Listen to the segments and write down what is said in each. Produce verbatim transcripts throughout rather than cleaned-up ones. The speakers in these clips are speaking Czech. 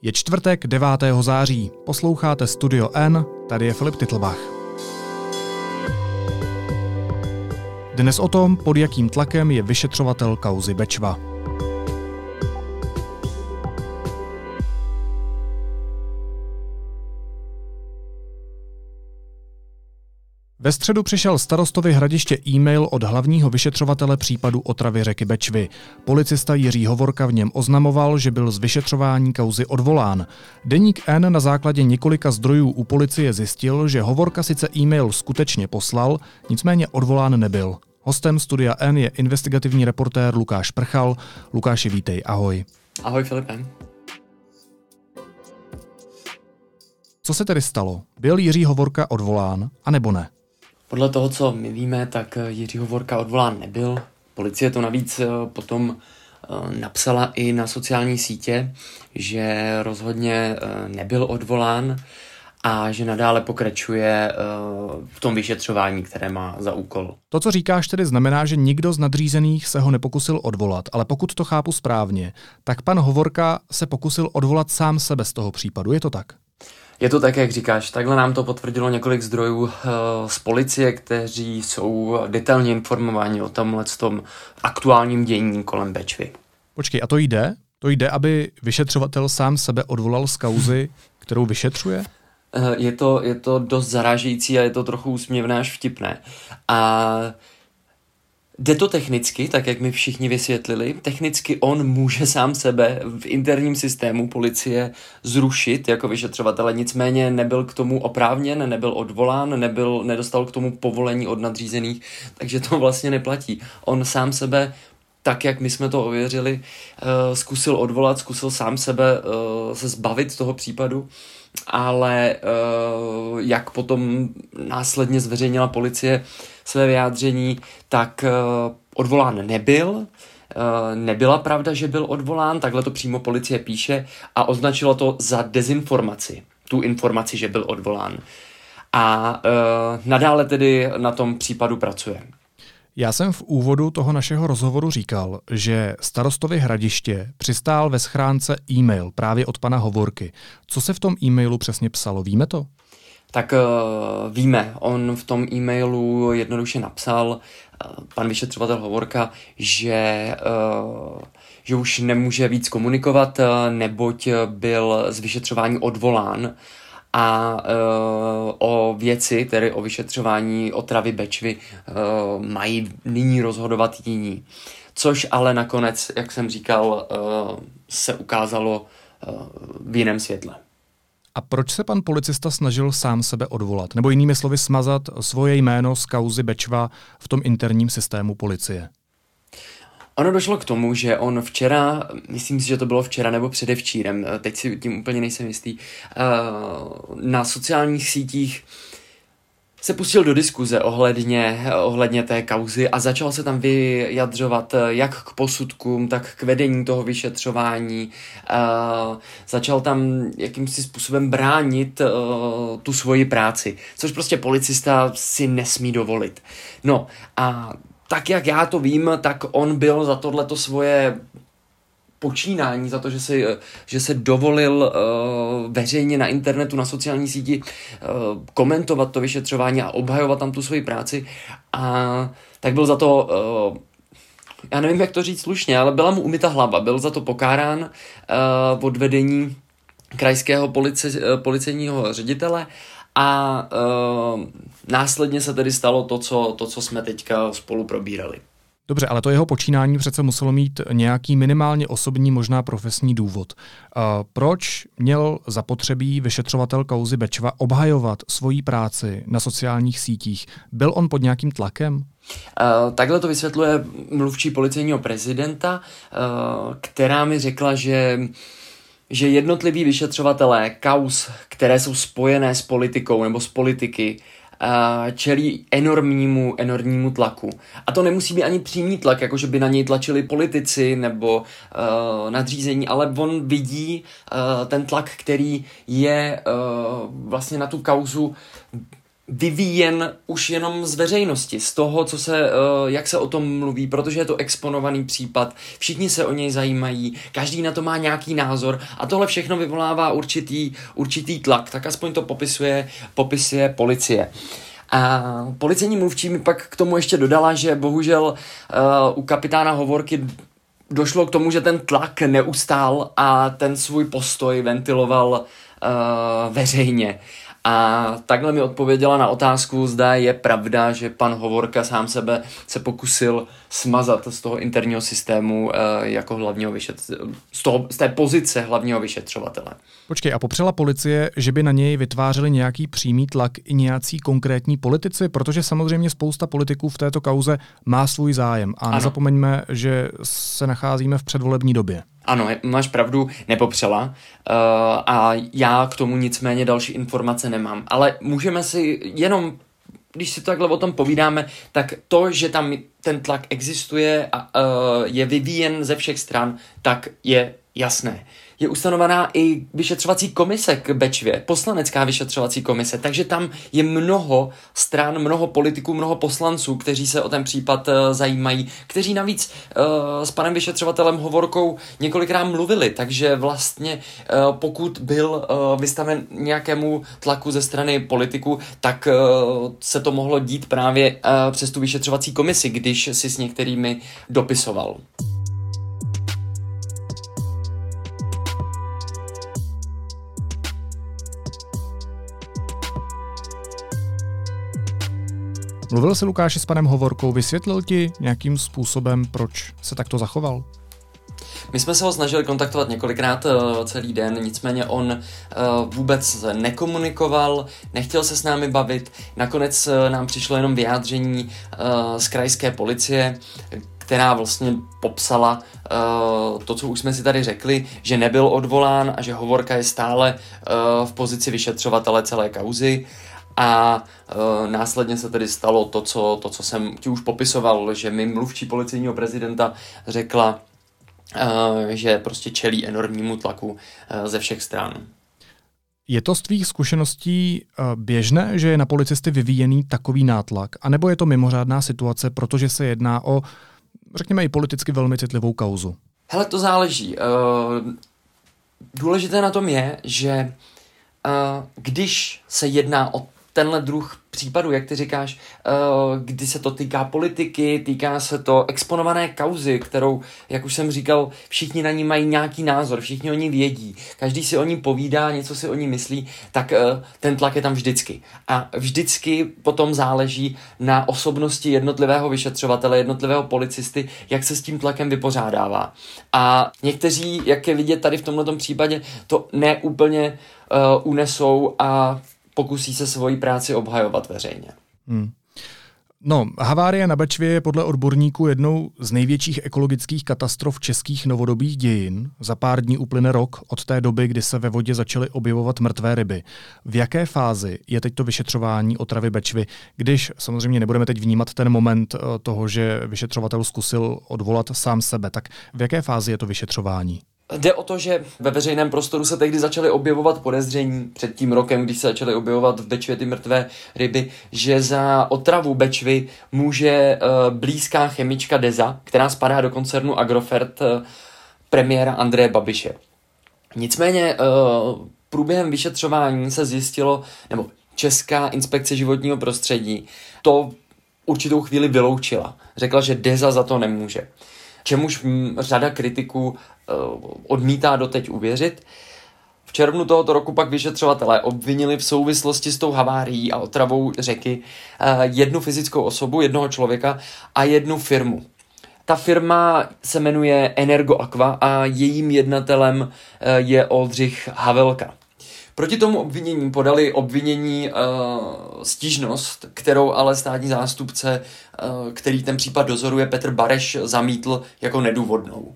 Je čtvrtek devátého září. Posloucháte Studio N, tady je Filip Titlbach. Dnes o tom, pod jakým tlakem je vyšetřovatel kauzy Bečva. Ve středu přišel starostovi Hradiště e-mail od hlavního vyšetřovatele případu otravy řeky Bečvy. Policista Jiří Hovorka v něm oznamoval, že byl z vyšetřování kauzy odvolán. Deník N na základě několika zdrojů u policie zjistil, že Hovorka sice e-mail skutečně poslal, nicméně odvolán nebyl. Hostem Studia N je investigativní reportér Lukáš Prchal. Lukáši, vítej, ahoj. Ahoj Filipe. Co se tedy stalo? Byl Jiří Hovorka odvolán, anebo ne? Podle toho, co my víme, tak Jiří Hovorka odvolán nebyl. Policie to navíc potom napsala i na sociální sítě, že rozhodně nebyl odvolán a že nadále pokračuje v tom vyšetřování, které má za úkol. To, co říkáš, tedy znamená, že nikdo z nadřízených se ho nepokusil odvolat, ale pokud to chápu správně, tak pan Hovorka se pokusil odvolat sám sebe z toho případu, je to tak? Je to tak, jak říkáš. Takhle nám to potvrdilo několik zdrojů z policie, kteří jsou detailně informováni o tomhletom aktuálním dění kolem Bečvy. Počkej, a to jde? To jde, aby vyšetřovatel sám sebe odvolal z kauzy, kterou vyšetřuje? Je to, je to dost zarážející a je to trochu úsměvné až vtipné. A jde to technicky, tak jak mi všichni vysvětlili. Technicky on může sám sebe v interním systému policie zrušit jako vyšetřovatele, nicméně nebyl k tomu oprávněn, nebyl odvolán, nebyl, nedostal k tomu povolení od nadřízených, takže to vlastně neplatí. On sám sebe, tak jak my jsme to ověřili, uh, zkusil odvolat, zkusil sám sebe uh, se zbavit toho případu, ale uh, jak potom následně zveřejnila policie své vyjádření, tak uh, odvolán nebyl. Uh, nebyla pravda, že byl odvolán, takhle to přímo policie píše a označilo to za dezinformaci, tu informaci, že byl odvolán. A uh, nadále tedy na tom případu pracuje. Já jsem v úvodu toho našeho rozhovoru říkal, že starostovi Hradiště přistál ve schránce e-mail právě od pana Hovorky. Co se v tom e-mailu přesně psalo, víme to? Tak uh, víme, on v tom e-mailu jednoduše napsal, uh, pan vyšetřovatel Hovorka, že, uh, že už nemůže víc komunikovat, uh, neboť byl z vyšetřování odvolán a uh, o věci, tedy o vyšetřování otravy Bečvy, uh, mají nyní rozhodovat jiní. Což ale nakonec, jak jsem říkal, uh, se ukázalo uh, v jiném světle. A proč se pan policista snažil sám sebe odvolat? Nebo jinými slovy smazat svoje jméno z kauzy Bečva v tom interním systému policie? Ono došlo k tomu, že on včera, myslím si, že to bylo včera nebo předevčírem, teď si tím úplně nejsem jistý, na sociálních sítích se pustil do diskuze ohledně, ohledně té kauzy a začal se tam vyjadřovat jak k posudkům, tak k vedení toho vyšetřování. Uh, začal tam jakýmsi způsobem bránit uh, tu svoji práci, což prostě policista si nesmí dovolit. No a tak, jak já to vím, tak on byl za tohleto svoje počínání, za to, že, si, že se dovolil uh, veřejně na internetu, na sociální síti uh, komentovat to vyšetřování a obhajovat tam tu svoji práci. A tak byl za to, uh, já nevím, jak to říct slušně, ale byla mu umyta hlava. Byl za to pokárán uh, od vedení krajského polici, policejního ředitele a uh, následně se tedy stalo to co, to, co jsme teďka spolu probírali. Dobře, ale to jeho počínání přece muselo mít nějaký minimálně osobní, možná profesní důvod. Uh, proč měl zapotřebí vyšetřovatel kauzy Bečva obhajovat svoji práci na sociálních sítích? Byl on pod nějakým tlakem? Uh, takhle to vysvětluje mluvčí policejního prezidenta, uh, která mi řekla, že že jednotliví vyšetřovatelé kauz, které jsou spojené s politikou nebo s politiky, čelí enormnímu, enormnímu tlaku. A to nemusí být ani přímý tlak, jakože by na něj tlačili politici nebo uh, nadřízení, ale on vidí uh, ten tlak, který je uh, vlastně na tu kauzu vyvíjen už jenom z veřejnosti, z toho, co se, jak se o tom mluví, protože je to exponovaný případ, všichni se o něj zajímají, každý na to má nějaký názor a tohle všechno vyvolává určitý, určitý tlak, tak aspoň to popisuje, popisuje policie. A policejní mluvčí mi pak k tomu ještě dodala, že bohužel uh, u kapitána Hovorky došlo k tomu, že ten tlak neustál a ten svůj postoj ventiloval uh, veřejně. A takhle mi odpověděla na otázku, zda je pravda, že pan Hovorka sám sebe se pokusil smazat z toho interního systému uh, jako hlavního vyšetřovatele, z, toho, z té pozice hlavního vyšetřovatele. Počkej, a popřela policie, že by na něj vytvářeli nějaký přímý tlak i nějací konkrétní politici, protože samozřejmě spousta politiků v této kauze má svůj zájem. A ano. Nezapomeňme, že se nacházíme v předvolební době. Ano, máš pravdu, nepopřela uh, a já k tomu nicméně další informace nemám. Ale můžeme si jenom, když si takhle o tom povídáme, tak to, že tam ten tlak existuje a uh, je vyvíjen ze všech stran, tak je jasné. Je ustanovaná i vyšetřovací komise k Bečvě, poslanecká vyšetřovací komise, takže tam je mnoho stran, mnoho politiků, mnoho poslanců, kteří se o ten případ uh, zajímají, kteří navíc uh, s panem vyšetřovatelem Hovorkou několikrát mluvili, takže vlastně uh, pokud byl uh, vystaven nějakému tlaku ze strany politiků, tak uh, se to mohlo dít právě uh, přes tu vyšetřovací komisi, když si s některými dopisoval. Mluvil jsi, Lukáši, s panem Hovorkou, vysvětlil ti nějakým způsobem, proč se takto zachoval? My jsme se ho snažili kontaktovat několikrát uh, celý den, nicméně on uh, vůbec nekomunikoval, nechtěl se s námi bavit, nakonec uh, nám přišlo jenom vyjádření uh, z krajské policie, která vlastně popsala uh, to, co už jsme si tady řekli, že nebyl odvolán a že Hovorka je stále uh, v pozici vyšetřovatele celé kauzy. A e, následně se tedy stalo to co, to, co jsem ti už popisoval, že mi mluvčí policejního prezidenta řekla, e, že prostě čelí enormnímu tlaku e, ze všech stran. Je to z tvých zkušeností e, běžné, že je na policisty vyvíjený takový nátlak? A nebo je to mimořádná situace, protože se jedná o, řekněme, i politicky velmi citlivou kauzu? Hele, to záleží. E, důležité na tom je, že e, když se jedná o tenhle druh případu, jak ty říkáš, kdy se to týká politiky, týká se to exponované kauzy, kterou, jak už jsem říkal, všichni na ní mají nějaký názor, všichni o ní vědí, každý si o ní povídá, něco si o ní myslí, tak ten tlak je tam vždycky. A vždycky potom záleží na osobnosti jednotlivého vyšetřovatele, jednotlivého policisty, jak se s tím tlakem vypořádává. A někteří, jak je vidět tady v tomhletom případě, to neúplně uh, unesou a pokusí se svoji práci obhajovat veřejně. Hmm. No, havárie na Bečvě je podle odborníků jednou z největších ekologických katastrof českých novodobých dějin. Za pár dní uplyne rok od té doby, kdy se ve vodě začaly objevovat mrtvé ryby. V jaké fázi je teď to vyšetřování otravy Bečvy, když samozřejmě nebudeme teď vnímat ten moment toho, že vyšetřovatel zkusil odvolat sám sebe, tak v jaké fázi je to vyšetřování? Jde o to, že ve veřejném prostoru se tehdy začaly objevovat podezření před tím rokem, když se začaly objevovat v Bečvě ty mrtvé ryby, že za otravu Bečvy může uh, blízká chemička Deza, která spadá do koncernu Agrofert, uh, premiéra Andreje Babiše. Nicméně uh, průběhem vyšetřování se zjistilo, nebo Česká inspekce životního prostředí to určitou chvíli vyloučila. Řekla, že Deza za to nemůže. Čemuž řada kritiků uh, odmítá doteď uvěřit. V červnu tohoto roku pak vyšetřovatelé obvinili v souvislosti s tou havárií a otravou řeky uh, jednu fyzickou osobu, jednoho člověka a jednu firmu. Ta firma se jmenuje Energoaqua a jejím jednatelem uh, je Oldřich Havelka. Proti tomu obvinění podali obvinění uh, stížnost, kterou ale státní zástupce, uh, který ten případ dozoruje, Petr Bareš, zamítl jako nedůvodnou.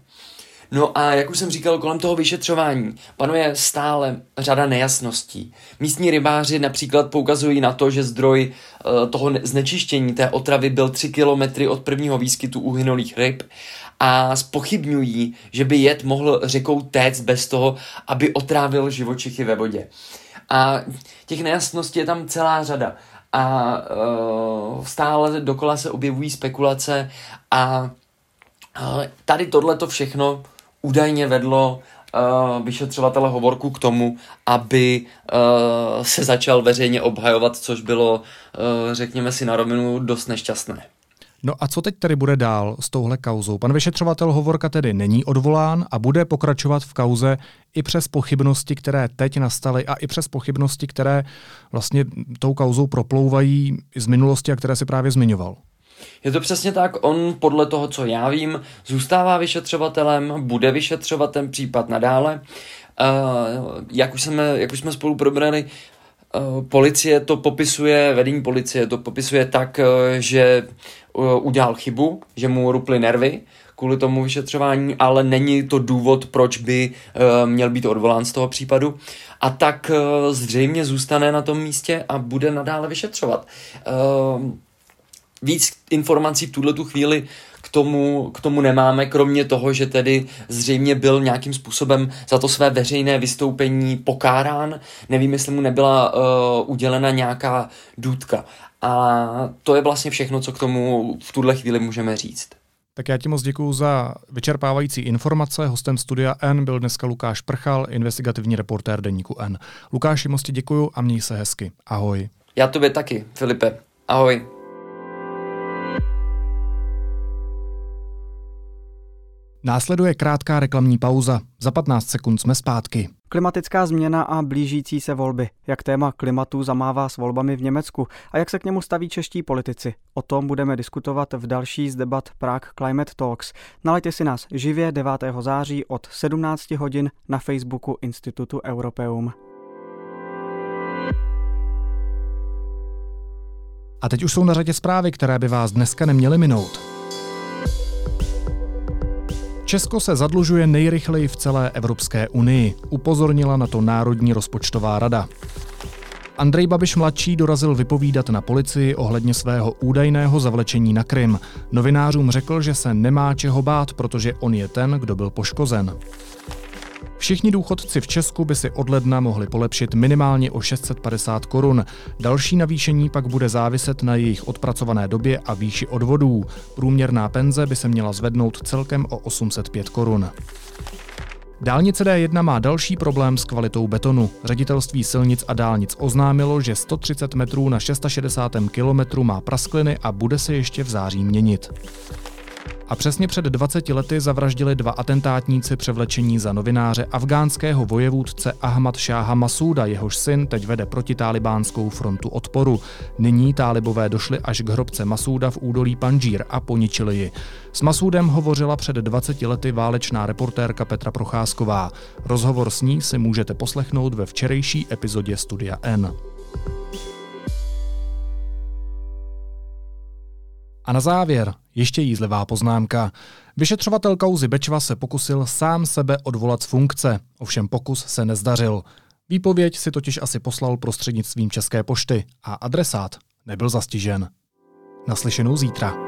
No a jak už jsem říkal, kolem toho vyšetřování panuje stále řada nejasností. Místní rybáři například poukazují na to, že zdroj uh, toho znečištění té otravy byl tři kilometry od prvního výskytu uhynulých ryb a zpochybňují, že by jed mohl řekou téct bez toho, aby otrávil živočichy ve vodě. A těch nejasností je tam celá řada. a uh, stále dokola se objevují spekulace a uh, tady tohleto všechno údajně vedlo uh, vyšetřovatele Hovorku k tomu, aby uh, se začal veřejně obhajovat, což bylo, uh, řekněme si na rovinu, dost nešťastné. No a co teď tedy bude dál s touhle kauzou? Pan vyšetřovatel Hovorka tedy není odvolán a bude pokračovat v kauze i přes pochybnosti, které teď nastaly a i přes pochybnosti, které vlastně tou kauzou proplouvají z minulosti a které si právě zmiňoval. Je to přesně tak, on podle toho, co já vím, zůstává vyšetřovatelem, bude vyšetřovat ten případ nadále. Uh, jak, už jsme, jak už jsme spolu probrali, uh, policie to popisuje, vedení policie to popisuje tak, uh, že uh, udělal chybu, že mu ruply nervy kvůli tomu vyšetřování, ale není to důvod, proč by uh, měl být odvolán z toho případu. A tak uh, zřejmě zůstane na tom místě a bude nadále vyšetřovat. Uh, Víc informací v tuhletu chvíli k tomu, k tomu nemáme, kromě toho, že tedy zřejmě byl nějakým způsobem za to své veřejné vystoupení pokárán. Nevím, jestli mu nebyla uh, udělena nějaká důtka. A to je vlastně všechno, co k tomu v tuhle chvíli můžeme říct. Tak já ti moc děkuju za vyčerpávající informace. Hostem Studia N byl dneska Lukáš Prchal, investigativní reportér deníku N. Lukáši, moc ti děkuju a měj se hezky. Ahoj. Já tobě taky, Filipe. Ahoj. Následuje krátká reklamní pauza. Za patnáct sekund jsme zpátky. Klimatická změna a blížící se volby. Jak téma klimatu zamává s volbami v Německu a jak se k němu staví čeští politici. O tom budeme diskutovat v další z debat Prague Climate Talks. Nalaďte si nás živě devátého září od sedmnáct hodin na Facebooku Institutu Europeum. A teď už jsou na řadě zprávy, které by vás dneska neměly minout. Česko se zadlužuje nejrychleji v celé Evropské unii, upozornila na to Národní rozpočtová rada. Andrej Babiš mladší dorazil vypovídat na policii ohledně svého údajného zavlečení na Krym. Novinářům řekl, že se nemá čeho bát, protože on je ten, kdo byl poškozen. Všichni důchodci v Česku by si od ledna mohli polepšit minimálně o šest set padesát korun. Další navýšení pak bude záviset na jejich odpracované době a výši odvodů. Průměrná penze by se měla zvednout celkem o osm set pět korun. Dálnice D jedna má další problém s kvalitou betonu. Ředitelství silnic a dálnic oznámilo, že sto třicet metrů na šedesát šest kilometrů má praskliny a bude se ještě v září měnit. A přesně před dvaceti lety zavraždili dva atentátníci převlečení za novináře afgánského vojevůdce Ahmad Šáha Masúda, jehož syn teď vede protitalibánskou frontu odporu. Nyní tálibové došli až k hrobce Masúda v údolí Pandžír a poničili ji. S Masúdem hovořila před dvaceti lety válečná reportérka Petra Procházková. Rozhovor s ní si můžete poslechnout ve včerejší epizodě Studia N. A na závěr ještě jízlivá poznámka. Vyšetřovatel kauzy Bečva se pokusil sám sebe odvolat z funkce, ovšem pokus se nezdařil. Výpověď si totiž asi poslal prostřednictvím České pošty a adresát nebyl zastižen. Naslyšenou zítra.